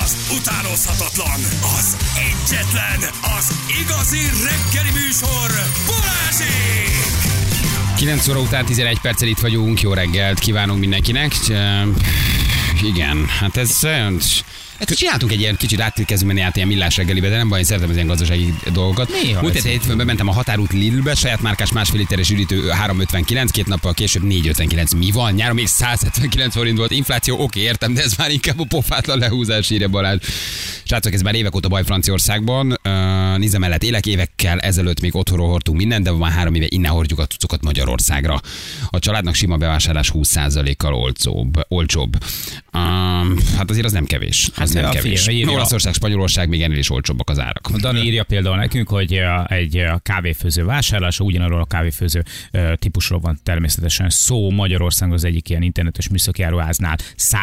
Az utánozhatatlan, az egyetlen, az igazi reggeli műsor, Balázsék! 9 óra után 11 perccel itt vagyunk, jó reggelt kívánunk mindenkinek. Igen, hát ez... Csináltunk egy ilyen kicsit átkérdezünk menni át ilyen millás reggelibe, de nem baj, én szeretem az ilyen gazdasági dolgokat. Múlt hétfőn bementem a Határút Lidlbe, saját márkás másfél literes üdítő 3,59, 2 nappal később 4,59. Mi van? Nyáron még 179 forint volt infláció, oké, értem, de ez már inkább a pofátlan lehúzás, írja Balázs. Srácok, ez már évek óta baj Franciaországban. Niza mellett élek, évekkel ezelőtt még otthonról hordtunk mindent, de már 3 éve innen hordjuk a cuccokat Magyarországra. A családnak sima bevásárlás 20%-kal olcsóbb. Hát azért az nem kevés. Nem kevés. Olaszország, Spanyolország még ennél is olcsóbbak az árak. Dani írja például nekünk, hogy egy kávéfőző vásárlása ugyanarról a kávéfőző típusról van természetesen szó. Magyarországon az egyik ilyen internetes műszakjáróháznál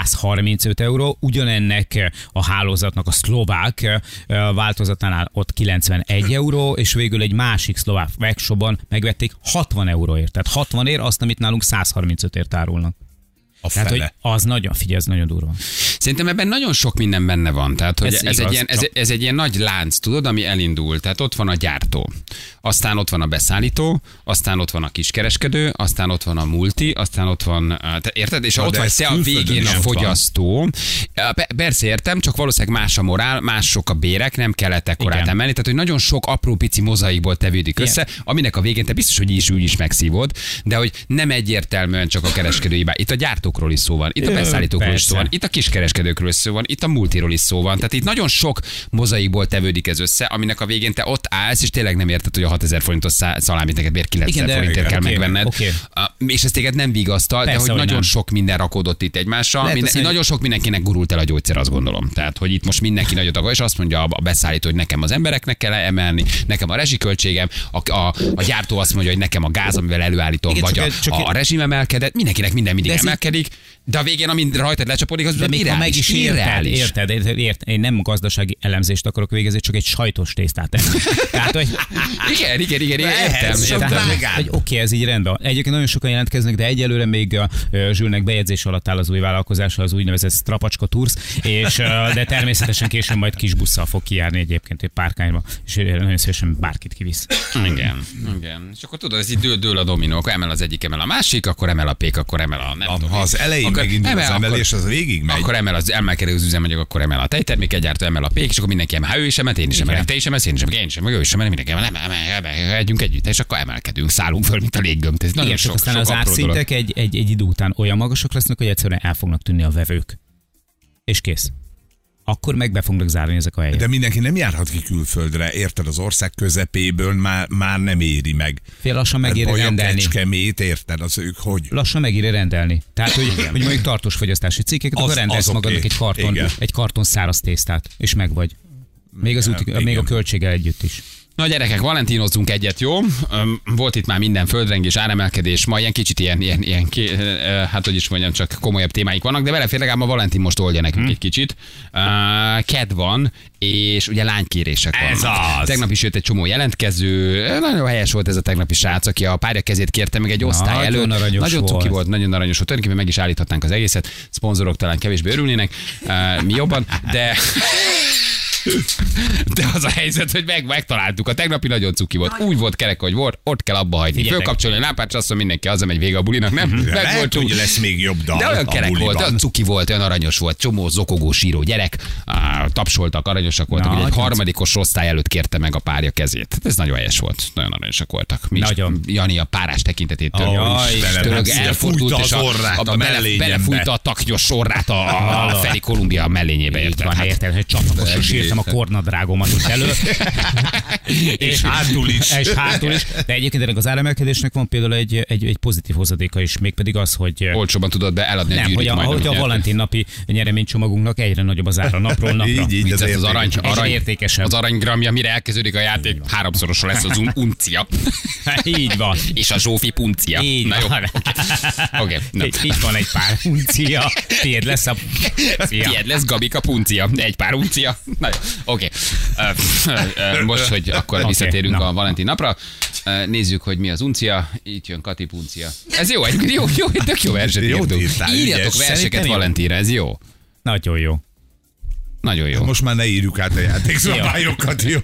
135 euró, ugyanennek a hálózatnak a szlovák változatánál ott 91 euró, és végül egy másik szlovák webshopban megvették 60 euróért. Tehát 60 ér azt, amit nálunk 135-ért árulnak. Tehát, hogy az nagyon, figyelj, ez nagyon durva. Szerintem ebben nagyon sok minden benne van. Tehát, hogy ez egy ilyen nagy lánc, tudod, ami elindul. Tehát ott van a gyártó, aztán ott van a beszállító, aztán ott van a kiskereskedő, aztán ott van a multi, aztán ott van, érted? És ott vagy te a végén a fogyasztó. Persze értem, csak valószínűleg más a morál, mások a bérek, nem kellett ekkorát emelni. Tehát, hogy nagyon sok apró pici mozaikból tevődik össze, aminek a végén te biztos, hogy úgy is megszívod, de hogy nem egyértelműen csak a kereskedői. Itt a gyártókról is szó van, itt a beszállítókról is szó van, itt a kiskereskedőkről is szó van, itt a multiról is szó van. Tehát itt nagyon sok mozaikból tevődik ez össze, aminek a végén te ott állsz, és tényleg nem érted, hogy a 6000 forintos szalámit neked miért 9000 forintért kell megvenned. És ez téged nem vigasztal, de hogy nagyon sok minden rakódott itt egymással. Nagyon sok mindenkinek gurult el a gyógyszer, azt gondolom. Tehát, hogy itt most mindenki nagyot akar, és azt mondja a beszállító, hogy nekem az embereknek kell emelni, nekem a rezsiköltségem, a gyártó azt mondja, hogy nekem a gáz, amivel előállítom, igen, vagy a rezsim emelkedett, mindenkinek minden mindig emelkedik. De a végén, amint rajtad lecsapodik, az irreális. Érted, én nem gazdasági elemzést akarok végezni, csak egy sajtos tésztát enni. Tehát, hogy... Igen, értem. Hogy oké, ez így rendben. Egyébként nagyon sokan jelentkeznek, de egyelőre még a Zsülnek bejegyzés alatt áll az új vállalkozása, az úgynevezett Strapacska Tours, de természetesen később majd kis busszal fog kijárni egyébként egy párkányba, és nagyon szívesen bárkit kivisz. Igen. És akkor tudod, ez így dől a dominó, akkor emel az egyik, emel a másik, akkor emel a pék, akkor emel a nem tudom. Ha az elején megindul az emelés, az végig megy. Akkor emel az emelkedő üzemanyag, akkor emel a tejterméket gyártó, emel a pék, és akkor mindenki emel. Ha ő is emel, én is emelek, te is emelsz, én is emelek, én is emelek, ő is emel, mindenki emel, együnk együtt, és akkor emelkedünk, szállunk föl, mint a léggömb. Ez nagyon sok aztán az árszintek egy idő után olyan magasak lesznek, hogy egyszerűen el fognak tűnni a vevők. És kész. Akkor meg be fognak zárni ezek a helyek. De mindenki nem járhat ki külföldre, érted, az ország közepéből már nem éri meg. Fél lassan megéri rendelni. Kecskemét, érted, az ők hogy? Lassan megéri rendelni. Tehát, hogy mondjuk tartós fogyasztási cikkeket, akkor rendelsz magadnak egy karton száraz tésztát, és meg vagy. Még a költséggel együtt is. Na gyerekek, valentinozzunk egyet, jó? Volt itt már minden földrengés, áremelkedés, ma ilyen kicsit hát hogy is mondjam, csak komolyabb témáik vannak, de belefér legalább a Valentin most oldja nekünk egy kicsit. Ked van, és ugye lánykérések vannak. Ez az! Tegnap is jött egy csomó jelentkező, nagyon helyes volt ez a tegnapi srác, aki a párja kezét kérte meg egy osztály előtt. Nagyon cuki volt, nagyon aranyos volt. Tulajdonképpen meg is állíthatnánk az egészet, szponzorok talán kevésbé örülnének, mi jobban, de az a helyzet, hogy megtaláltuk. A tegnapi nagyon cuki volt. Úgy volt kerek, hogy volt, ott kell abba hagyni. Fölkapcsolni a lámpát, és azt mondja mindenki, hazamegy vége a bulinak, nem? Lehet, hogy lesz még jobb dal. De olyan kerek volt, olyan cuki volt, olyan aranyos volt, csomó zokogó, síró gyerek, tapsoltak, aranyosak voltak, hogy egy harmadikos osztály előtt kérte meg a párja kezét. Ez nagyon helyes volt, nagyon aranyosak voltak. Jani a párás tekintetét elfordult, és belefújta a taknyos orrát a Feri Kolumbia mellényébe. Érted, hogy csatlakosan sírtam a kornadrágomat itt elő. És hátul is. De egyébként ennek az áremelkedésnek van például egy pozitív hozadéka is, mégpedig az, hogy... Olcsóban tudod be eladni a gyűrűt majd. Hogy a Valentin napi nyereménycsomagunknak egyre nagyobb az ára napról napra. Így az értékesebb. Az aranygramja, mire elkezdődik a játék, 3-szorosra lesz az uncia. Így van. És a Zsófi puncia. Így na, van. Okay, itt van egy pár uncia. Tiéd lesz a... Tiéd lesz Gabika puncia. Egy pár uncia. Na jó. Oké. Most, hogy akkor visszatérünk a Valentin napra. Nézzük, hogy mi az uncia. Itt jön Kati puncia. Ez jó, tök jó verset írtunk. Írjatok verseket Valentinre, ez jó. Nagyon jó. Nagyon jó. Most már ne írjuk át a játékszabályokat, jó?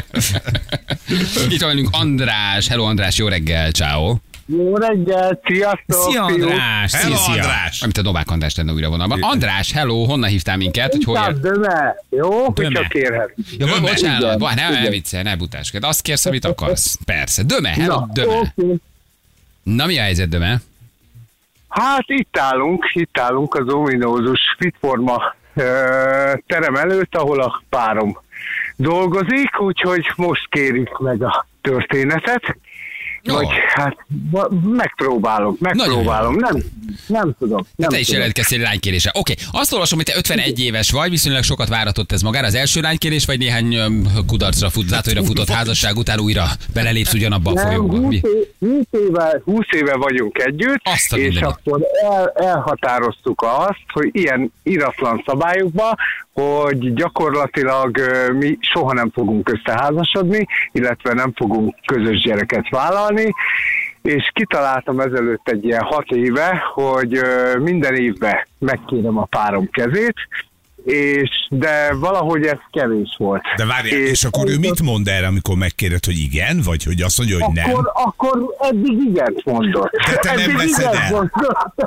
Itt van velünk András. Hello András, jó reggel, ciao. Jó reggel, sziasztok! Szia András! Hello, Szia. András! Amit a Novák András lenne újra vonalban. András, hello, honnan hívtál minket? Hogy hol Inkább Döme, jó? Hogy Döme. csak kérhet. Ja, Döme. bocsánat, ne viccelj, ne butásked. Azt kérsz, amit akarsz. Persze. Döme, hello, Döme. Oké. Na, mi a helyzet, Döme? Hát itt állunk az ominózus Fitforma terem előtt, ahol a párom dolgozik, úgyhogy most kérjük meg a történetet. Jó. Vagy hát megpróbálom, nem tudom. Te is jelentkeztél lánykérésre. Oké, azt olvasom, hogy te 51 éves vagy, viszonylag sokat váratott ez magára. Az első lánykérés, vagy néhány kudarcra futott házasság után újra belelépsz ugyanabba a folyóba? 20 éve vagyunk együtt, Azt a és mindenit. akkor elhatároztuk azt, hogy ilyen iratlan szabályokban, hogy gyakorlatilag mi soha nem fogunk összeházasodni, illetve nem fogunk közös gyereket vállalni, és kitaláltam ezelőtt egy ilyen 6 éve, hogy minden évben megkérem a párom kezét, de valahogy ez kevés volt. De várjál, és akkor ő mit mond erre, amikor megkérded, hogy igen, vagy hogy azt mondja, hogy nem? Akkor eddig igent mondott. De te nem Eddig veszed igent el. mondott.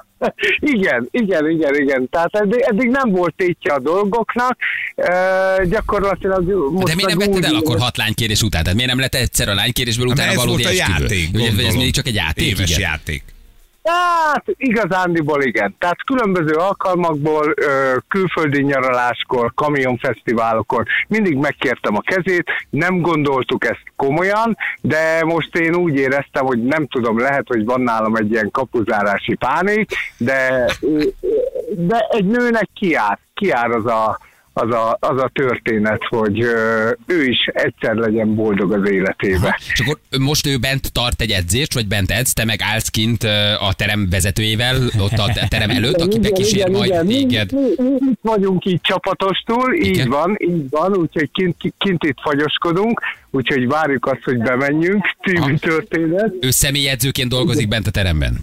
Igen. Tehát eddig nem volt tétje a dolgoknak. Gyakorlatilag most De miért nem meg vetted el úgy- akkor 6 lánykérés után? Tehát miért nem lett egyszer a lánykérésből utána Ez valódi volt a esküvő? játék, Vagy ez gondolom. mindig csak egy játék? Éves Igen. játék. Hát igazándiból igen. Tehát különböző alkalmakból, külföldi nyaraláskor, kamionfesztiválokon mindig megkértem a kezét, nem gondoltuk ezt komolyan, de most én úgy éreztem, hogy nem tudom, lehet, hogy van nálam egy ilyen kapuzárási pánik, de egy nőnek kiár az a történet, hogy ő is egyszer legyen boldog az életébe. És akkor most ő bent tart egy edzést, vagy bent edz, te meg állsz kint a terem vezetőjével, ott a terem előtt, aki bekísér majd téged. Mi itt vagyunk így csapatostul, így van, úgyhogy kint itt fagyoskodunk, úgyhogy várjuk azt, hogy bemenjünk, című történet. Ő személyedzőként dolgozik bent a teremben.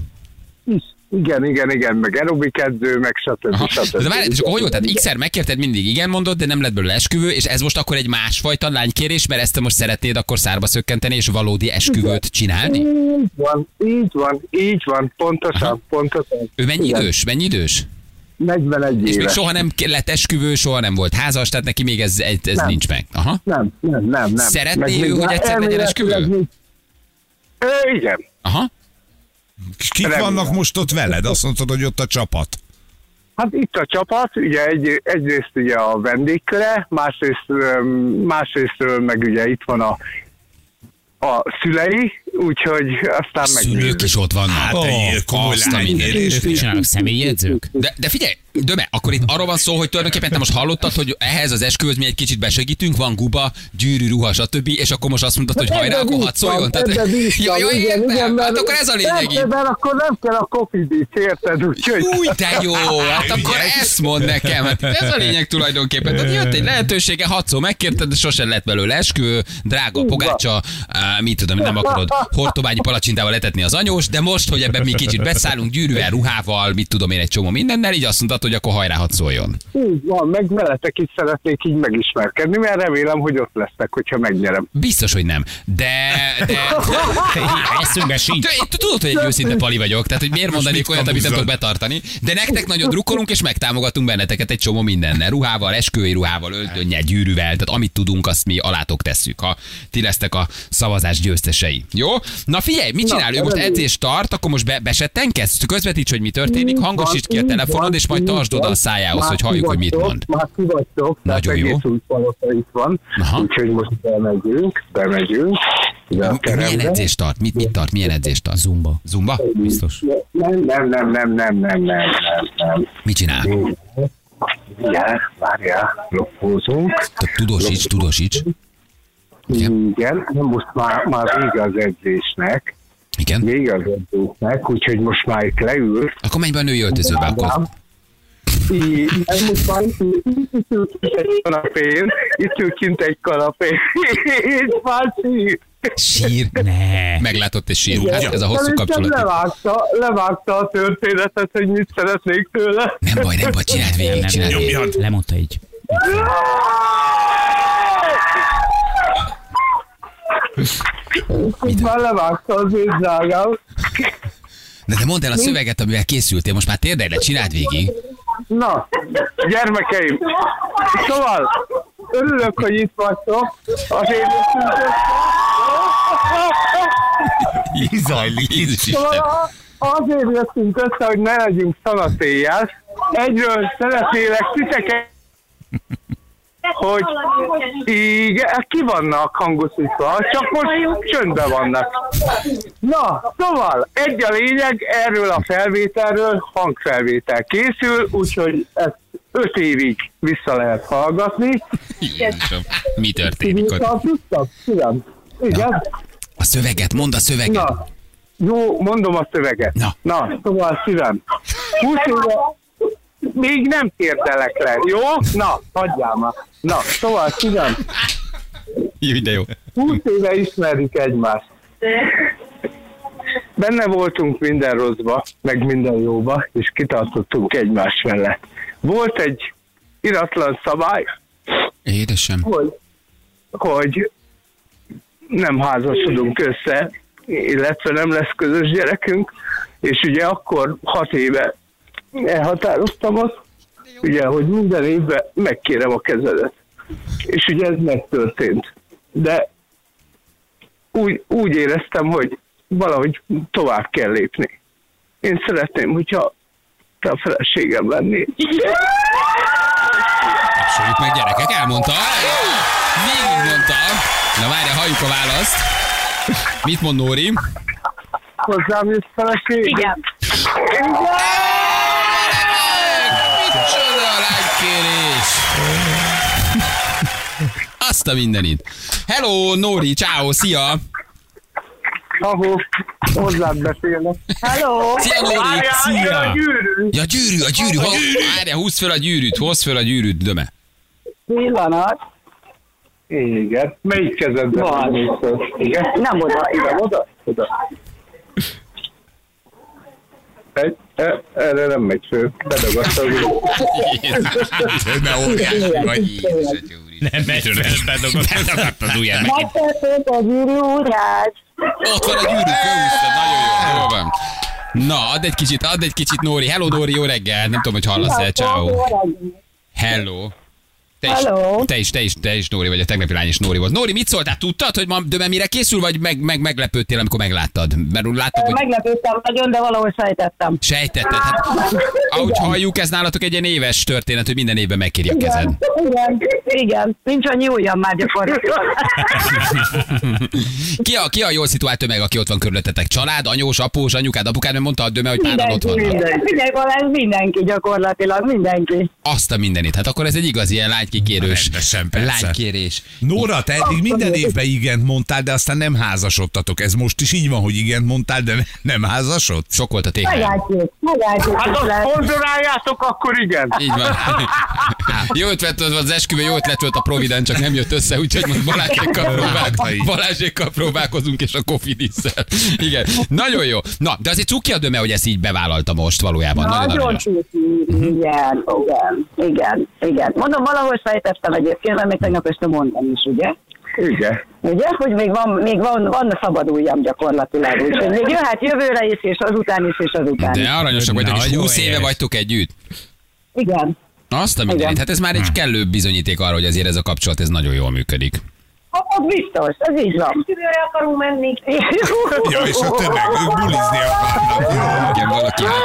Igen, meg aerobik edző, meg stb. De várj, és akkor hogy volt? Tehát X-szer megkérted, mindig igen mondod, de nem lett belőle esküvő, és ez most akkor egy másfajta lánykérés, mert ezt te most szeretnéd akkor szárba szökkenteni, és valódi esküvőt csinálni? Így van, pontosan. Ő mennyi Igen. idős? 41 És még éves. soha nem lett esküvő, soha nem volt házas, tehát neki még ez nincs meg. Aha. Nem. Szeretné Meg ő, még hogy egyszer legyen esküvő? elméletileg igen. Aha. És kik Remélem. vannak most ott veled? Azt mondtad, hogy ott a csapat. Hát itt a csapat, ugye egyrészt ugye a vendégköre, másrésztről meg ugye itt van a szülei, úgyhogy aztán Szülők megnézzük. is ott vannak. Hát egy komoly azt a mindenit. lánykérés. Ők csinálnak személyjegyzők? De figyelj, Döme, akkor itt arról van szó, hogy tulajdonképpen te most hallottad, hogy ehhez az esküvőhöz mi egy kicsit besegítünk, van guba, gyűrű, ruha, stb. És akkor most azt mondtad, hogy hajrá, akkor hadd szóljon. Ja, értem, hát akkor ez a lényeg itt. Mert akkor nem kell a kofidíts, érted? Úgyhogy... Új, de jó, hát akkor ezt mond nekem. Hát ez a lényeg tulajdonképpen. Tehát jött egy lehetősége, hadszó megkérted, de sosem lett belőle esküvő, drága pogácsa, mit tudom, nem akarod hortobányi palacsintával letetni az anyós, de most, hogy ebben mi kicsit beszállunk gyűrűvel, ruhával, mit tudom én, egy csomó mindennel, így azt mondtad, hogy akkor hajrá, hadd szóljon. Így van, meg veletek is szeretnék így megismerkedni, mert remélem, hogy ott lesznek, hogyha megnyerem. Biztos, hogy nem. De Eszünkbe sincs. tudod, hogy egy őszinte pali vagyok, tehát hogy miért mondanék mit olyat, amit nem kamuzzad? tudok betartani, de nektek nagyon drukkolunk, és megtámogatunk benneteket egy csomó mindennel. Ruhával, esküvői ruhával, öltönnyel, gyűrűvel, tehát amit tudunk, azt mi alátok tesszük, ha ti lesztek a szavazás győztesei. Jó? Na figyelj, mit csinál? Ő most edzést tart, akkor most besettenkedsz, közvetíts, hogy mi történik, hangosíts ki a telefonod, és majd tartsd oda a szájához, hogy halljuk, hogy mit mond. Már kivagytok, Nagyon jó. egész új palota itt van, Aha. úgyhogy most bemegyünk. ide a Milyen terembe. edzést tart? Mit tart? Milyen edzést tart? Zumba. Zumba? Biztos. Nem. Mit csinál? Várjál, loppózunk. Tehát tudósíts. Igen, most már vége az edzésnek. Igen? Vége az edzésnek, úgyhogy most már itt leül. Akkor menj be a női öltözőbe, akkor. Most már itt ül kint egy kanapén, és már sír. Sír. Ne. Meglátott és sír. Hát ez a hosszú kapcsolat. Levágta a történetet, hogy mit szeretnék tőle. Nem baj, csináld végig, csináld végig. Nyomjad. Lemondta így. Már levágta az én drágám. De mondd el a szöveget, amivel készültél, most már térdelj le, csináld végig. Na, gyermekeim, szóval örülök, hogy itt vagytok. Azért szóval azért jöttünk össze, hogy ne legyünk szanatéjjel. Egyről szeretnélek titeket, hogy igen, ki vannak hangosítva, csak most csöndben vannak. Na, szóval egy a lényeg, erről a felvételről hangfelvétel készül, úgyhogy ezt 5 évig vissza lehet hallgatni. Jézusom, mi történik ott? Igen. A szöveget, mondd a szöveget. Na, jó, mondom a szöveget. Na szóval szívem. 20 éve még nem térdelek le, jó? Na, hagyjál már. Na, szóval szívem. Jó, de jó. 20 éve ismerjük egymást. Benne voltunk minden rosszba, meg minden jóba, és kitartottunk egymás mellett. Volt egy iratlan szabály, Édesem. hogy nem házasodunk össze, illetve nem lesz közös gyerekünk, és ugye akkor 6 éve elhatároztam azt, ugye, hogy minden évben megkérem a kezedet. És ugye ez megtörtént. De úgy éreztem, hogy valahogy tovább kell lépni. Én szeretném, hogyha te a feleségem lennél. Tapsoljuk meg, gyerekek, elmondta. Végig mondta. Na várj, halljuk a választ. Mit mond Nóri? Hozzám jössz feleség? Igen. Micsoda lánykérés! Azt a mindenit. Hello, Nóri, ciao, szia! Ahó, hozzád beszélnek. Hello. Szia, Nóri! Szia! A gyűrű. Ja, gyűrű. Várjál, húzd föl a gyűrűt, döme. Pillanat. Igen. Melyik kezedben van? Igen? Nem oda, igen. Oda. Erre nem megy fő. Bedagadt az ujj. Ne óriási vagy. Nem megy fel, bedagadt az ujját. Megtörtént a gyűrű úrás. Ott van a gyűrű, fölhúztad, nagyon jó. Jól van. Na, add egy kicsit, Nóri. Hello, Nóri, jó reggel. Nem tudom, hogy hallasz-e. Ciao. Hello. Te is, Nóri vagy, a tegnapi lány is Nóri volt. Nóri, mit szóltál? Tudtad, hogy ma Döme mire készül, vagy meglepődtél, amikor megláttad? Mert úgy láttam, hogy... Meglepődtem nagyon, de valahol sejtettem. Sejtetted? Hát, ahogy halljuk, ez nálatok egy ilyen éves történet, hogy minden évben megkéri a kezed. Igen. Nincs annyi ujjam már gyakorlatilag. Ki a jól szituált tömeg, aki ott van körülöttetek? Család, anyós, após, anyukád, apukád, mert mondta a Döme, hogy páran ott van. Mindenki gyakorlatilag, mindenki. Azt a mindenit. Hát akkor ez egy igazi ilyen lánykikérős. Rendesen, persze. Lánykérés. Nóra, te eddig minden évben igent mondtál, de aztán nem házasodtatok. Ez most is így van, hogy igent mondtál, de nem házasod? Sok volt a tény. Meglátjuk. Hát azt szponzoráljátok, akkor igen. Így van. Jó ötlet volt az esküvő, jó ötlet volt a Provident, csak nem jött össze, úgyhogy most Balázsékkal próbálkozunk, és a Cofidis-szel. Igen, nagyon jó. Na, de azért cuki a Döme, hogy ezt így bevállalta most valójában. Nagyon igen. Mondom, valahol sejtettem egyébként, mert még tegnap este mondtam is, ugye? Igen. Ugye, hogy még van szabad ujjam gyakorlatilag, úgyhogy még jöhet jövőre is, és azután is, és azután is. De aranyosak vagytok, és Nagyon 20 éve helyes. vagytok együtt. Igen. Azt a mindenit. Hát ez már egy kellő bizonyíték arra, hogy azért ez a kapcsolat ez nagyon jól működik. Az biztos, ez így van. Jövőre akarunk menni. Ja, és a tömeg, ők bulizni akarnak. Igen,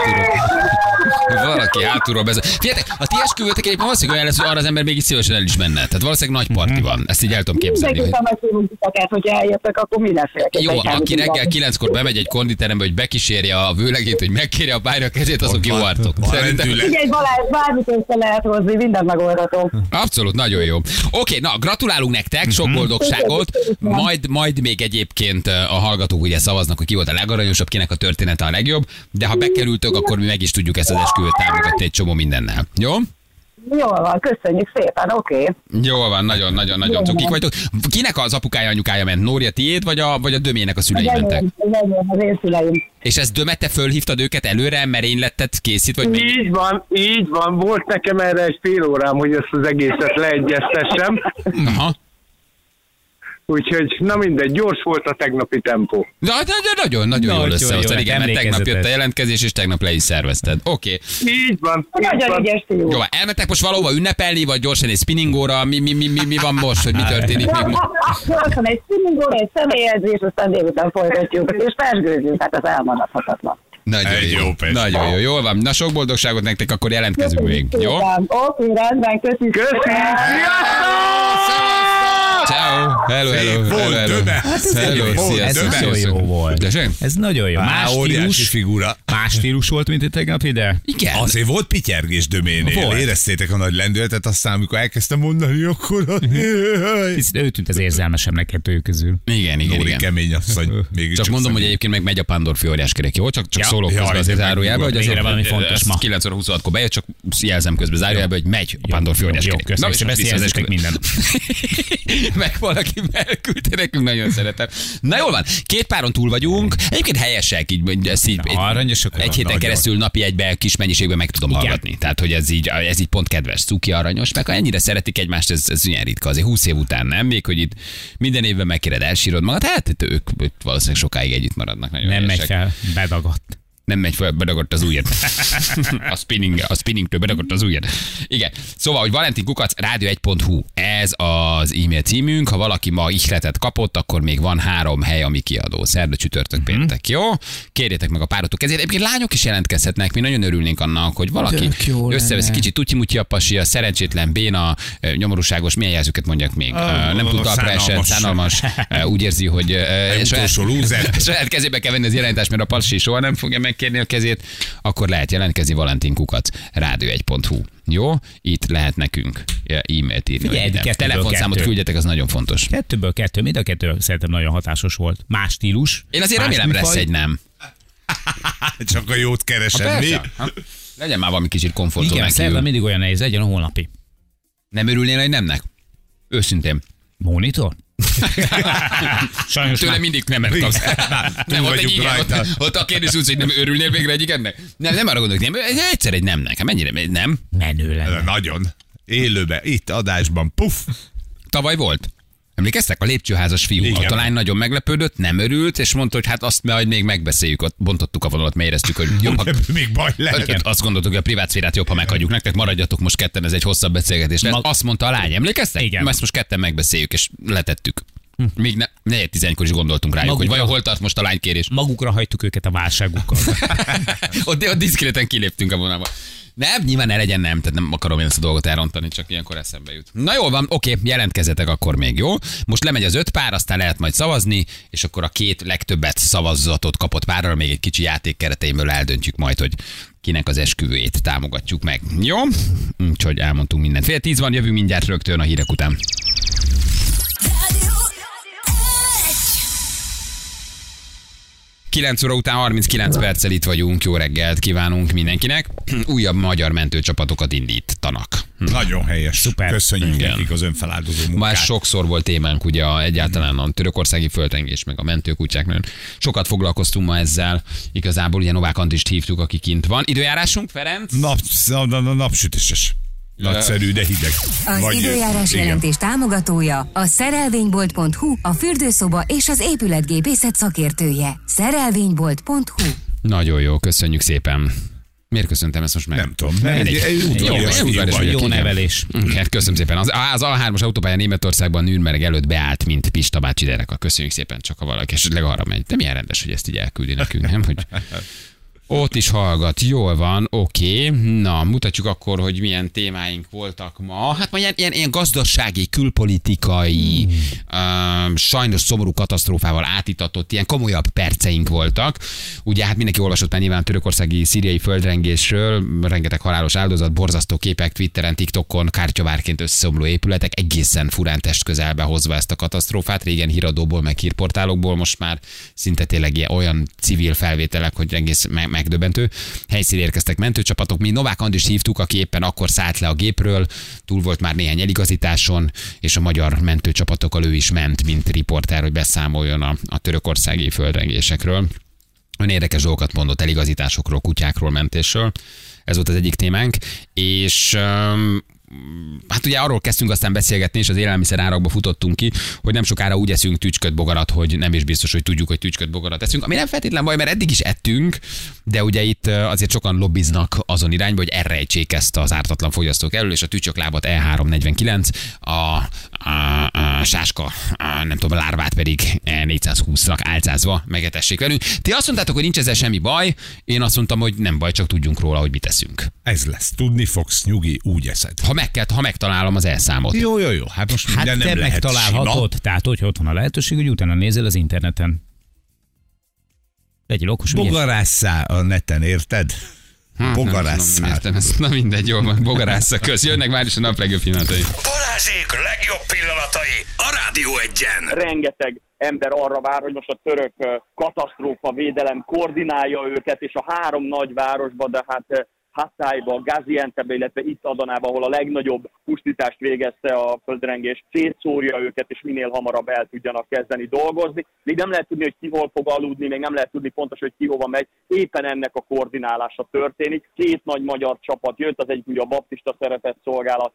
valaki hátulról beszél. Figyeljetek, a ti esküvőtek egyébként valószínűleg olyan lesz, hogy arra az ember mégis szívesen el is menne. Tehát valószínűleg nagy parti van. Ezt így el tudom képzelni. Mindenképpen megszívunk titeket, hogyha eljöttek, akkor mindenféleképpen. Jó, aki reggel 9-kor bemegy egy konditerembe, hogy bekísérje a vőlegét, hogy megkérje a párja kezét, azok jó arcok. Figyelj Balázs, bármit össze lehet hozni, minden megoldható. Abszolút, nagyon jó. Oké, na, gratulálunk nektek, sok boldogságot. Majd még egyébként a hallgatók ugye szavaznak, hogy ki volt a legaranyosabb, kinek a története a legjobb, de ha bekerültök, akkor mi meg is tudjuk ezt az esküvőt támogatni egy csomó mindennel. Jó? Jól van, köszönjük szépen, oké. Jól van, nagyon cukik vagytok. Kinek az apukája, anyukája ment? Nória, tiéd, vagy a Dömének a szülei mentek? Az én szüleim. És ez Döme, te fölhívtad őket előre, merénylettet készít, vagy még? Így van. Volt nekem erre egy fél órám, hogy ezt az egészet leegyeztessem. Aha. Úgyhogy, na mindegy, gyors volt a tegnapi tempó. De nagyon jól összehoztad, igen, mert tegnap jött a emlékezetes. jelentkezés, és tegnap le is szervezted. Oké. Így van. Nagyon ügyes fiú. Jó, elmentek most valahova ünnepelni, vagy gyorsan egy spinningóra? Mi van most, hogy mi történik még most? Gyorsan egy spinningóra, egy személyedzés, aztán délután folytatjuk, és persgőzünk, hát az elmaradhatatlan. Nagyon jó. Jól van. Na, sok boldogságot nektek, akkor jelentkezünk még. Jó? Oké, rendben, köszönjük. Ciao. Hello. Hát ez nagyon jó volt. Ez nagyon jó. Óriási figura. Más stílus volt, mint a tegnap ide? Igen. Azért volt pityergés Döménél. Volt. Éreztétek a nagy lendületet, aztán amikor elkezdtem mondani, akkor... Picit ő tűnt az érzelmesebbnek kettőjük közül. Igen. Nóri kemény asszony. Csak mondom, hogy egyébként meg megy a Pándorfi óriáskerek, jó? Csak Ja. szólok közben azért zárójelbe, hogy Végre valami fontos ma. 9 óra 26-kor bejött, csak jelzem közben zárójelbe, hogy megy a Pándorfi óriáskerek. Jó, köszönöm. Beszéljetek minden. Meg valaki elküldte nekünk, nagyon szeretem. Na jól van, 2 páron túl vagyunk, egyébként helyesek, így, ezt így Aranyosok egy héten nagyon. keresztül napi egybe kis mennyiségben meg tudom Igen. hallgatni. Tehát, hogy ez így pont kedves, cuki, aranyos, meg ha ennyire szeretik egymást, ez ilyen ritka, azért 20 év után nem, még hogy itt minden évben megkéred, elsírod magad, hát ők valószínűleg sokáig együtt maradnak. Nagyon Nem megy helyesek. fel, bedagadt. Nem megy fel, bedagadt az ujjad. a spinningtől bedagadt az ujjad. Igen. Szóval, hogy valentinkukac.rádió1.hu, ez az e-mail címünk. Ha valaki ma ihletet kapott, akkor még van 3 hely, ami kiadó. Szerda, csütörtök, péntek. Jó? Kérjétek meg a párotok ezért. Egyébként lányok is jelentkezhetnek. Mi nagyon örülnénk annak, hogy valaki összevesz kicsit tutyi-mutyi a pasi, a szerencsétlen, béna, nyomorúságos, milyen jelzőket mondjak még. Nem tud talpra esett, szánalmas, úgy érzi, hogy utolsó lúzer. saját kezébe kell venni az irányítást, mert a pasi soha nem fogja megkérni a kezét, akkor lehet jelentkezni valentinkukac.rádió1.hu. Jó? Itt lehet nekünk e-mailt írni. Figyelj, hogy telefonszámot 2. küldjetek, az nagyon fontos. 2-ből 2, mind a 2 szerintem nagyon hatásos volt. Más stílus. Én azért más remélem lesz műfaj. egy nem. Csak a jót keresem, mi? Legyen már valami kicsit komfortzónán Igen, szerda kívül. mindig olyan nehéz, legyen a holnapi. Nem örülnél egy nemnek? Őszintén. Monitor? Sajnos Tőle már. mindig nemet kapsz. Nem, ott egy vagyunk igen, rajta. ott a kérdés úgy, hogy nem örülnél végre egy igennek? Nem arra gondolok, nem. Egyszer egy nemnek. Hát mennyire, nem? Menő lenne. Nagyon. Élőbe, itt adásban, puff. Tavaly volt. Emlékeztek? A lépcsőházas fiú. Igen. A lány nagyon meglepődött, nem örült, és mondta, hogy hát azt majd még megbeszéljük. Ott bontottuk a vonalat, éreztük, hogy jobb, ha... Még baj lehet. Azt gondoltuk, hogy a privát szférát jobb, ha meghagyjuk nektek, maradjatok most ketten, ez egy hosszabb beszélgetés lesz. Azt mondta a lány, emlékeztek? Igen. Ezt most ketten megbeszéljük, és letettük. Még 4-11-kor is gondoltunk rájuk, hogy vajon hol tart most a lánykérés. Magukra hagytuk őket a válságukkal. ott diszkréten kiléptünk a vonalba. Nem, nyilván ne legyen nem, tehát nem akarom én ezt a dolgot elrontani, csak ilyenkor eszembe jut. Na jól van, oké, jelentkezzetek akkor még, jó? Most lemegy az 5 pár, aztán lehet majd szavazni, és akkor a 2 legtöbbet szavazatot kapott párral még egy kicsi játék kereteimből eldöntjük majd, hogy kinek az esküvőjét támogatjuk meg. Jó? Úgyhogy elmondtunk mindent. 9:10 van, jövünk mindjárt rögtön a hírek után. 9 óra után 39 perccel itt vagyunk, jó reggelt kívánunk mindenkinek. Újabb magyar mentőcsapatokat indítanak. Nagyon helyes. Szuper. Köszönjük Igen. nekik az önfeláldozó munkát. Már sokszor volt témánk, ugye egyáltalán a törökországi földrengés, meg a mentőkutyák. Nagyon sokat foglalkoztunk ma ezzel. Igazából ugye Novák Andrist hívtuk, aki kint van. Időjárásunk, Ferenc? Napsütéses. Nagyszerű, de hideg. Az időjárás igen. jelentés támogatója a szerelvénybolt.hu, a fürdőszoba és az épületgépészet szakértője. Szerelvénybolt.hu. Nagyon jó, köszönjük szépen. Miért köszöntem ezt most meg? Nem tudom. Jó nevelés. Hát köszönöm szépen. Az A3-as autópálya Németországban Nürnberg előtt beállt, mint Pista bácsi dereka. Köszönjük szépen, csak ha valaki esetleg arra megy. De milyen rendes, hogy ezt így elküldi nekünk, nem? Hogy ott is hallgat. Jól van, oké. Na, mutatjuk akkor, hogy milyen témáink voltak ma. Hát ma ilyen gazdasági, külpolitikai, sajnos szomorú katasztrófával átitatott, ilyen komolyabb perceink voltak. Ugye hát mindenki olvasott már nyilván a törökországi szíriai földrengésről, rengeteg halálos áldozat, borzasztó képek Twitteren, TikTokon, kártyavárként összeomló épületek, egészen furán testközelbe hozva ezt a katasztrófát. Régen híradóból, meg hírportálokból, most már szinte tényleg olyan civil felvételek, hogy egész megdöbbentő. Helyszínre érkeztek mentőcsapatok, mi Novák Andrist hívtuk, aki éppen akkor szállt le a gépről, túl volt már néhány eligazításon, és a magyar mentőcsapatokkal ő is ment, mint riporter, hogy beszámoljon a törökországi földrengésekről. Ön érdekes dolgokat mondott eligazításokról, kutyákról, mentésről. Ez volt az egyik témánk, és hát ugye arról kezdtünk aztán beszélgetni, és az élelmiszer árakba futottunk ki, hogy nem sokára úgy eszünk tücsköt bogarat, hogy nem is biztos, hogy tudjuk, hogy tücsköt bogarat eszünk, ami nem feltétlen baj, mert eddig is ettünk, de ugye itt azért sokan lobbiznak azon irányba, hogy erre rejtsék ezt az ártatlan fogyasztók elől, és a tücsköklábat E349, a sáska, nem tudom, a lárvát pedig E420-nak álcázva megetessék velünk. Ti azt mondtátok, hogy nincs ezzel semmi baj, én azt mondtam, hogy nem baj, csak tudjunk róla, hogy mit eszünk. Ez lesz, tudni fogsz, nyugi, úgy eszed. Ha megtalálom az elszámot. Jó. Hát most minden nem te lehet megtalálhatod, sima. tehát hogyha ott van a lehetőség, hogy utána nézel az interneten. Legyél okos, Bogarásszá a neten, érted? Bogarásszá. Nem értem ezt. Na mindegy, jól van. Bogarásza köz. Jönnek már is a nap legjobb pillanatai. Balázsék legjobb pillanatai a Rádió Egyen. Rengeteg ember arra vár, hogy most a török katasztrófa védelem koordinálja őket, és a 3 nagy városba, de hát Hatayba, Gaziantepbe, illetve itt Adanába, ahol a legnagyobb pusztítást végezte a földrengés, szétszórja őket, és minél hamarabb el tudjanak kezdeni dolgozni. Még nem lehet tudni, hogy ki hol fog aludni, még nem lehet tudni pontosan, hogy ki hova megy. Éppen ennek a koordinálása történik. 2 nagy magyar csapat jött, az egyik ugye a Baptista Szeretetszolgálat,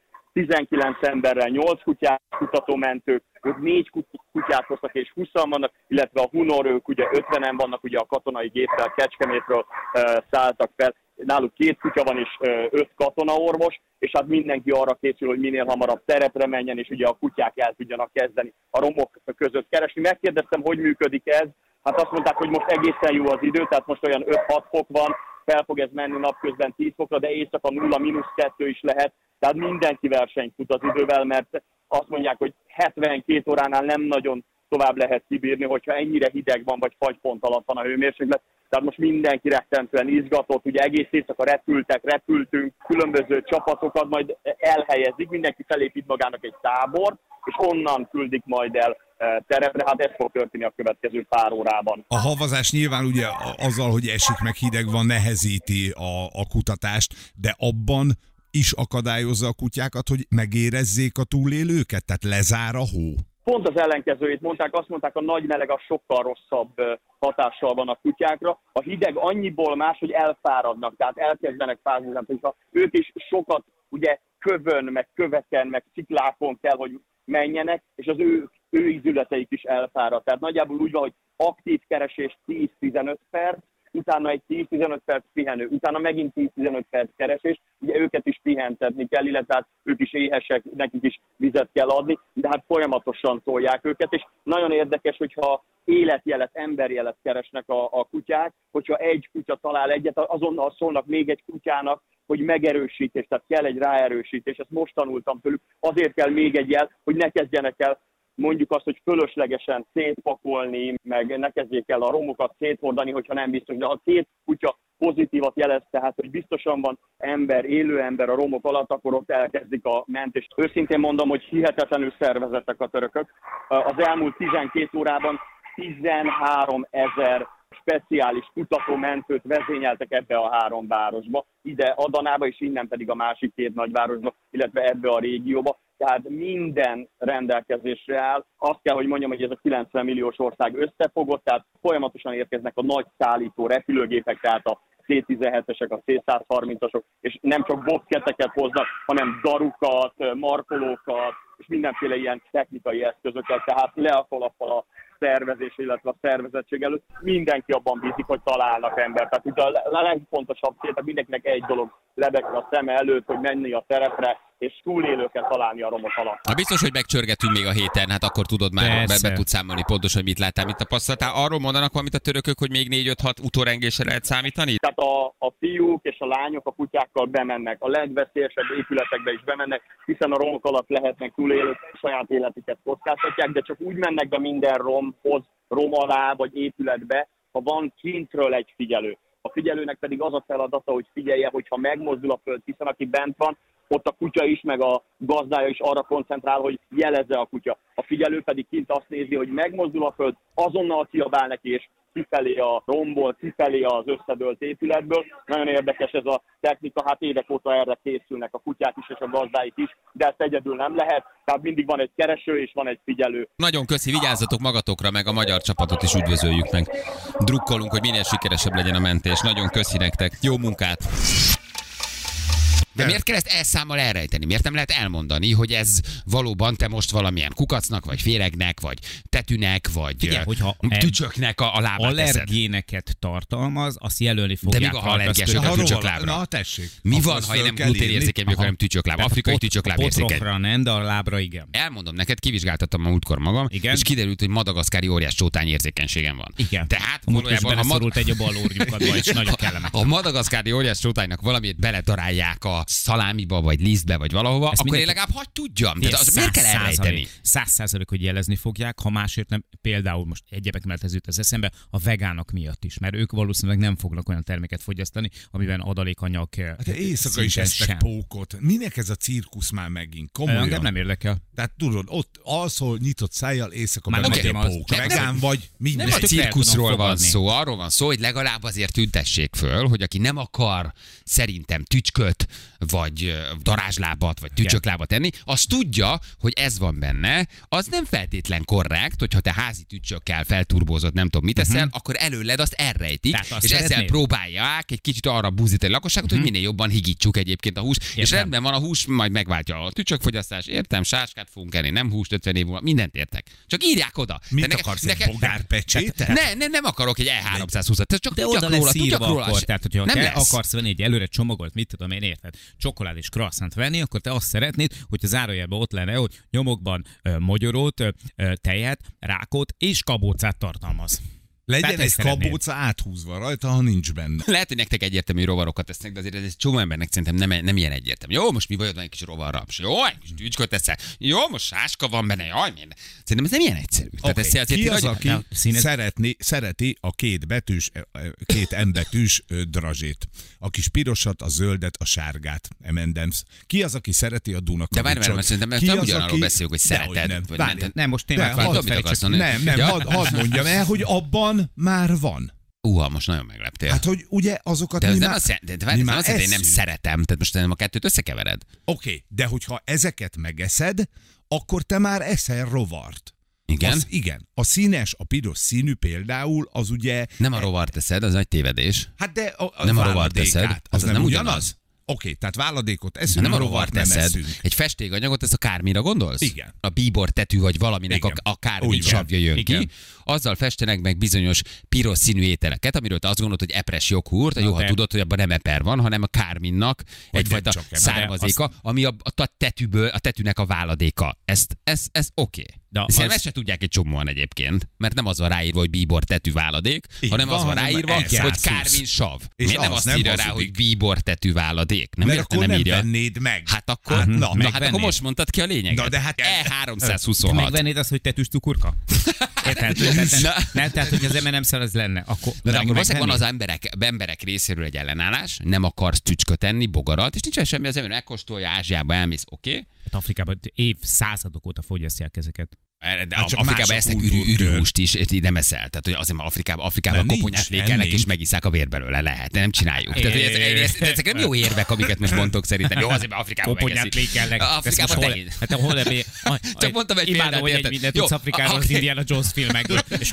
19 emberrel, 8 kutyát, kutatómentők, ők 4 kutyát hoztak és 20-an vannak, illetve a Hunor, ők ugye 50-en vannak, ugye a katonai géppel Kecskemétről szálltak fel. Náluk 2 kutya van és 5 katonaorvos, és hát mindenki arra készül, hogy minél hamarabb terepre menjen, és ugye a kutyák el tudjanak kezdeni a romok között keresni. Megkérdeztem, hogy működik ez, hát azt mondták, hogy most egészen jó az idő, tehát most olyan 5-6 fok van, fel fog ez menni napközben 10 fokra, de éjszaka 0-2 is lehet, tehát mindenki versenyt fut az idővel, mert azt mondják, hogy 72 óránál nem nagyon tovább lehet kibírni, hogyha ennyire hideg van, vagy fagypont alatt van a hőmérséklet. Tehát most mindenki rettentően izgatott, ugye egész éjszaka repültünk, különböző csapatokat majd elhelyezik, mindenki felépít magának egy tábort, és onnan küldik majd el terepre, hát ez fog történni a következő pár órában. A havazás nyilván ugye azzal, hogy esik meg hideg van, nehezíti a kutatást, de abban is akadályozza a kutyákat, hogy megérezzék a túlélőket, tehát lezár a hó. Pont az ellenkezőjét mondták, azt mondták, a nagy meleg a sokkal rosszabb hatással van a kutyákra. A hideg annyiból más, hogy elfáradnak, tehát elkezdenek fázni, hogyha ők is sokat ugye kövön, meg köveken, meg sziklákon kell, hogy menjenek, és az ő ízületeik is elfárad. Tehát nagyjából úgy van, hogy aktív keresés 10-15 perc, utána egy 10-15 perc pihenő, utána megint 10-15 perc keresés, ugye őket is pihentetni kell, illetve hát ők is éhesek, nekik is vizet kell adni, de hát folyamatosan tolják őket, és nagyon érdekes, hogyha életjelet, emberjelet keresnek a kutyák, hogyha egy kutya talál egyet, azonnal szólnak még egy kutyának, hogy megerősítés, tehát kell egy ráerősítés, ezt most tanultam tőlük, azért kell még egy jel, hogy ne kezdjenek el mondjuk azt, hogy fölöslegesen szétpakolni, meg ne kezdjék el a romokat széthordani, hogyha nem biztos, de ha 2 kutya pozitívat jelez, tehát hogy biztosan van élő ember a romok alatt, akkor ott elkezdik a mentést. Őszintén mondom, hogy hihetetlenül szervezettek a törökök. Az elmúlt 12 órában 13 000 speciális kutatómentőt vezényeltek ebbe a 3 városba, ide Adanába, és innen pedig a másik 2 nagyvárosba, illetve ebbe a régióba. Tehát minden rendelkezésre áll. Azt kell, hogy mondjam, hogy ez a 90 milliós ország összefogott, tehát folyamatosan érkeznek a nagy szállító repülőgépek, tehát a C-17-esek, a C-130-asok, és nem csak boxketeket hoznak, hanem darukat, markolókat, és mindenféle ilyen technikai eszközöket, tehát le a kalappal a szervezés, illetve a szervezettség előtt. Mindenki abban bízik, hogy találnak embert. Tehát itt a legfontosabb cél, tehát mindenkinek egy dolog lebegni a szeme előtt, hogy menni a terepre, és túlélőket találni a romok alatt. Na biztos, hogy megcsörgetünk még a héten, hát akkor tudod már, be tudsz számolni pontosan, hogy mit láttál, mit tapasztaltál. Arról mondanak valamit a törökök, hogy még 4-5-6 utórengésre lehet számítani? Tehát a fiúk és a lányok a kutyákkal bemennek, a legveszélyesebb épületekbe is bemennek, hiszen a romok alatt lehetnek túlélők, saját életüket kockáztatják, de csak úgy mennek be minden romhoz, rom alá vagy épületbe, ha van kintről egy figyelő. A figyelőnek pedig az a feladata, hogy figyelje, hogyha megmozdul a föld, hiszen aki bent van, ott a kutya is, meg a gazdája is arra koncentrál, hogy jelezze a kutya. A figyelő pedig kint azt nézi, hogy megmozdul a föld, azonnal kiabál neki, és kifelé a romból, kifelé az összedőlt épületből. Nagyon érdekes ez a technika, hát évek óta erre készülnek a kutyák is és a gazdáik is, de ezt egyedül nem lehet, tehát mindig van egy kereső és van egy figyelő. Nagyon köszi, vigyázzatok magatokra, meg a magyar csapatot is üdvözöljük meg. Drukkolunk, hogy minél sikeresebb legyen a mentés. Nagyon köszi nektek, jó munkát! De miért kell ezt elszámmal elrejteni? Miért nem lehet elmondani, hogy ez valóban te most valamilyen kukacnak, vagy féregnek, vagy tetűnek, vagy igen, hogyha tücsöknek a lábát allergéneket tartalmaz, azt jelölni fogják. De még a allergiások a tücsöklábra. Na, tessék. Mi van, ha én nem gluténérzékeny vagyok, hanem tücsökláb? Afrikai tücsökláb érzékeny. Potrokra nem, de a lábra igen. Elmondom neked, kivizsgáltattam ma múltkor magam, igen? És kiderült, hogy madagaszkári óriás csótány érzékenységem van. Igen. Tehát valójában beleszorult egy a bal orrukadba, és nagyon kellemetlen. A madagaszkári óriás csótánynak valamiért beledarálják a szalámiba, vagy lisztbe, vagy valahova, ezt akkor én legalább hagyd tudjam. Tehát az miért kell elrejteni? 100%, hogy jelezni fogják, ha másért nem, például most egyebek mellett ez jut az eszembe, a vegánok miatt is, mert ők valószínűleg nem fognak olyan terméket fogyasztani, amiben adalékanyag. Hát éjszaka is esztek pókot. Minek ez a cirkusz már megint? Komolyan. Engem nem érdekel. Tehát tudod, ott alszol nyitott szájjal, éjszaka bemegy a pók. Nem, vegán vagy, minden. Nem a cirkuszról van szó, arról van szó, hogy legalább azért tüntessék föl, hogy aki nem akar szerintem tücsköt, vagy darázslábat, vagy tücsöklábat enni, az tudja, hogy ez van benne, az nem feltétlen korrekt, hogyha te házi tücsökkel felturbózott, nem tudom mit eszel, akkor előled azt elrejtik, és ezzel próbálják egy kicsit arra buzdítani a lakosságot, hogy minél jobban higítsuk egyébként a húst, és rendben van a hús, majd megváltja a tücsökfogyasztás, értem, sáskát fogunk enni, nem húst 50 év múlva, mindent értek. Csak írják oda. Mit akarsz, egy bogárpecsétet? Nem akarok egy E320-at, csak tudjak róla. Akkor, tehát, hogyha te akarsz venni egy előre csomagolt, mit tudom én, érted, csokolád és croissant venni, akkor te azt szeretnéd, hogy az zárójelben ott lenne, hogy nyomokban mogyorót, tejet, rákot és kabócát tartalmaz. Legyen egy kabóca áthúzva rajta, ha nincs benne. Lehet, hogy nektek egyértelmű rovarokat tesznek, de azért ez egy csomó embernek szerintem nem ilyen egyértelmű. Jó, most mi bajod van egy kis rovarraps? Jó, egy kis tücsköt teszel. Jó, most sáska van benne. Jaj, miért? Szerintem ez nem ilyen egyszerű. Okay. Tehát ki az, aki szereti a két M-betűs drazsét? A kis pirosat, a zöldet, a sárgát, M&M's. Ki az, aki szereti a Dunakavicsot? De várj, szerintem nem ugyanarról beszélünk, hogy szereted. Nem, most tényleg hadd mondjam el, hogy abban már van. Most nagyon megleptél. Hát, hogy ugye azokat de mi nem már... nem azt jelenti, én nem szeretem, tehát most nem a kettőt összekevered. Oké, de hogyha ezeket megeszed, akkor te már eszel rovart. Igen? Igen. A színes, a piros színű például, az ugye... Nem a rovart teszed, az nagy tévedés. Hát de nem a rovart teszed, az nem ugyanaz. Oké, tehát váladékot eszünk, nem a rovart teszed. Egy festékanyagot, ezt a kármira gondolsz? Igen. A bíbor tetű vagy valaminek a kármi savja jön ki. Azzal festenek meg bizonyos piros színű ételeket, amiről te azt gondolod, hogy epres joghurt, jó, ha tudod, hogy abban nem eper van, hanem a kárminnak egyfajta származéka, ami a tetűnek a váladéka. Ez oké. Szerintem ezt se tudják egy csomóan egyébként, mert nem az van ráírva, hogy bíbor tetű váladék, hanem az van ráírva, hogy kármin sav. Miért nem azt írja rá, hogy bíbor tetű váladék? Mert akkor nem vennéd meg. Hát akkor, akkor most mondtad ki a lényeget. De hát E326. Megvennéd azt, hogy tetűs cukorka? Nem, tehát, hogy az M&M's-szel ez lenne. Akkor valószínűleg van az emberek részéről egy ellenállás, nem akarsz tücsköt enni, bogarat, és nincsen semmi, az ember megkóstolja, Ázsiába elmész, oké? Afrikában évszázadok óta fogyasztják ezeket. De Afrikában esznek ürűhúst is, nem eszel. Tehát, hogy azért már Afrikában koponyát lékelnek, és megiszák a vér belőle. Lehet, de nem csináljuk. Tehát, ezek nem jó érvek, amiket most mondtok szerintem. Jó, azért már Afrikában koponyát lékelnek. Afrikában tehén. Csak mondtam egy példát. Hogy egy mindent tudsz Afrikáról az Indiana Jones filmekből. És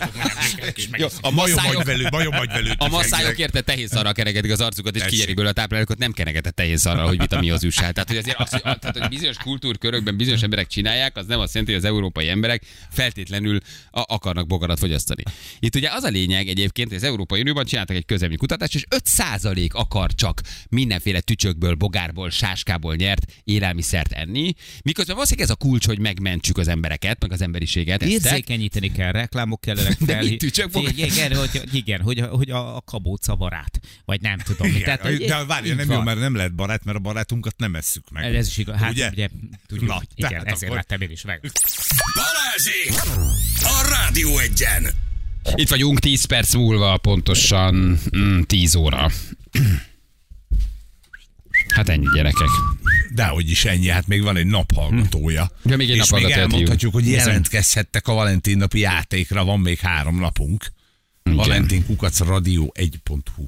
majom vagy velük. A masszájok érte tehénszarral kenegetik az arcukat, és kinyerik belőle a táplálékot, nem kenegetett tehénszarral, hogy vitaminoz üssel. Tehát, hogy azért bizonyos kultúrkörökben bizonyos emberek csinálják, az nem azt jelenti, hogy az európai emberek feltétlenül akarnak bogarat fogyasztani. Itt ugye az a lényeg egyébként, hogy az Európai Unióban csináltak egy közélmű kutatást, és 5% akar csak mindenféle tücsökből, bogárból, sáskából nyert élelmiszert enni, miközben valószínűleg ez a kulcs, hogy megmentsük az embereket, meg az emberiséget. Érzékenyíteni kell, reklámok kellenek fel. Igen, hogy a kabóca barát, vagy nem tudom. Igen, tehát, de várja, nem jó, mert nem lehet barát, mert a barátunkat nem esszük meg. Ez is igaz. Hát ugye, tudjuk, igen, ezért lettem én is meg. Balázsék! A Rádió Egyen! Itt vagyunk 10 perc múlva, pontosan 10 óra. Hát ennyi, gyerekek. Dehogy is ennyi, hát még van egy naphallgatója. Ja, még egy és még elmondhatjuk, hogy jelentkezhettek a Valentin napi játékra, van még 3 napunk. Valentin@radio1.hu.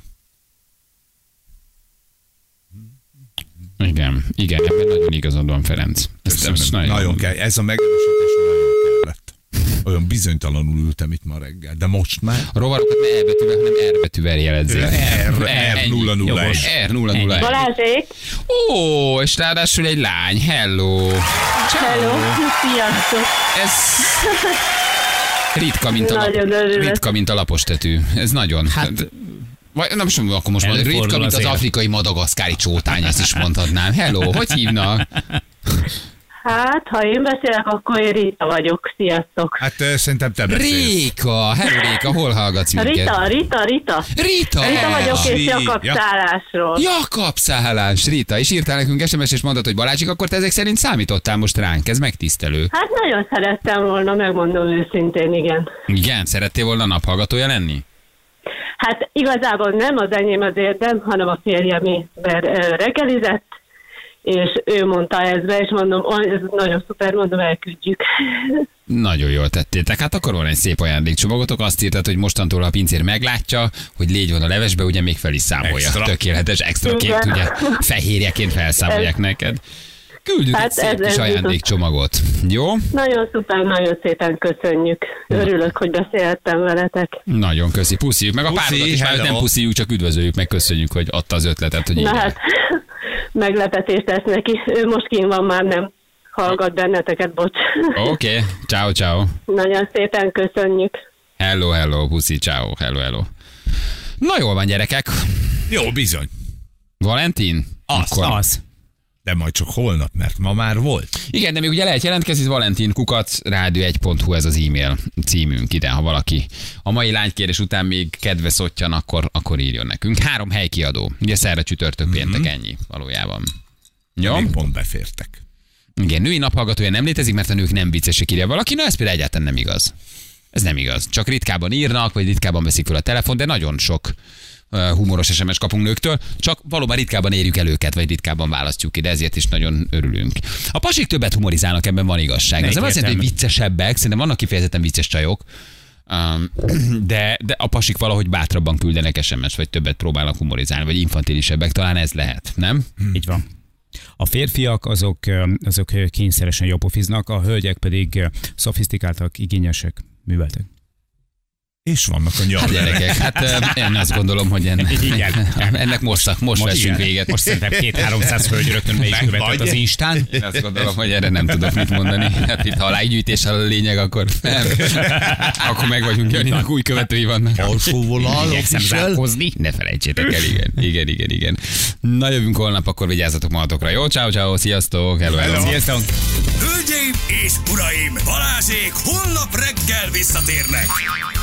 Igen, ebben nagyon igazad van, Ferenc. Nagyon kell. Ez a megerősítés nagyon kellett. Olyan bizonytalanul ültem itt ma reggel, de most már. A rovarokat ne E betűvel, hanem R betűvel jelezzék. R001. R001. Balázsék! Ó, és ráadásul egy lány. Hello. Hello, sziasztok! Ez ritka, mint a lapos tetű. Ez nagyon. Na most akkor most mondom, ritka, mint az afrikai madagaszkári csótány, ezt is mondhatnám. Hello, hogy hívnak? Hát, ha én beszélek, akkor én Rita vagyok. Sziasztok! Hát szerintem te beszélsz. Réka, hello Réka, hol hallgatsz minket? Rita vagyok, és Jakab szállásról. Jakab szállás, Rita. És írtál nekünk SMS, és mondtad, hogy Balázsik, akkor te ezek szerint számítottál most ránk. Ez megtisztelő. Hát nagyon szerettem volna, megmondom őszintén, igen. Igen, szerettél volna naphallgatója lenni? Hát igazából nem az enyém az érdem, hanem a férjem reggelizett, és ő mondta ezbe, és mondom, ez nagyon szuper, mondom, elküldjük. Nagyon jól tettétek. Hát akkor van egy szép ajándékcsomagotok. Azt írtad, hogy mostantól a pincér meglátja, hogy légy van a levesbe, ugye még fel is számolja. Extra. Tökéletes, extraként, ugye fehérjeként felszámolják neked. Küldjük egy szép kis ajándékcsomagot. Jó? Nagyon szuper, nagyon szépen köszönjük. Örülök, hogy beszélhettem veletek. Nagyon köszi. Puszíjuk meg a párodat is, már nem puszíjuk, csak üdvözöljük, meg köszönjük, hogy adta az ötletet, hogy na hát, meglepetés lesz neki. Ő most kín van, már nem hallgat benneteket, bocs. Oké, ciao. Nagyon szépen köszönjük. Hello, puszi, ciao, hello. Na jól van, gyerekek. Jó, bizony. Valentin? Az. De majd csak holnap, mert ma már volt. Igen, de még ugye lehet jelentkezni, valentin@radio1.hu ez az e-mail címünk ide, ha valaki a mai lánykérés után még kedve szottyan, akkor írjon nekünk. 3 helykiadó. Ugye szerda, csütörtök, péntek, ennyi valójában. Jó? Még pont befértek. Igen, női naphallgatója nem létezik, mert a nők nem viccesek, írja valaki, na ez például egyáltalán nem igaz. Ez nem igaz. Csak ritkában írnak, vagy ritkában veszik fel a telefon, de nagyon sok humoros SMS kapunk nőktől, csak valóban ritkában érjük el őket, vagy ritkában választjuk ki, de ezért is nagyon örülünk. A pasik többet humorizálnak, ebben van igazság. Ez nem azt jelenti, hogy viccesebbek, szerintem vannak kifejezetten vicces csajok, de a pasik valahogy bátrabban küldenek SMS, vagy többet próbálnak humorizálni, vagy infantilisebbek, talán ez lehet, nem? Így van. A férfiak azok kényszeresen jópofiznak, a hölgyek pedig szofisztikáltak, igényesek, műveltek. És vannak a nyarvere. Hát gyerekek, hát én azt gondolom, hogy ennek most veszünk véget. Most szerintem 200-300 hölgy rögtön be is követett az Instán. Én azt gondolom, hogy erre nem tudok mit mondani. Hát itt ha a lájgyűjtés a lényeg, akkor meg vagyunk, Janinak új követői vannak. Alsó vonal, ne felejtsétek el, igen. Na jövünk holnap, akkor vigyázzatok magatokra. Jó, ciao, sziasztok, hello. Sziasztok. Hölgyeim és uraim, Balázsék holnap reggel visszatérnek.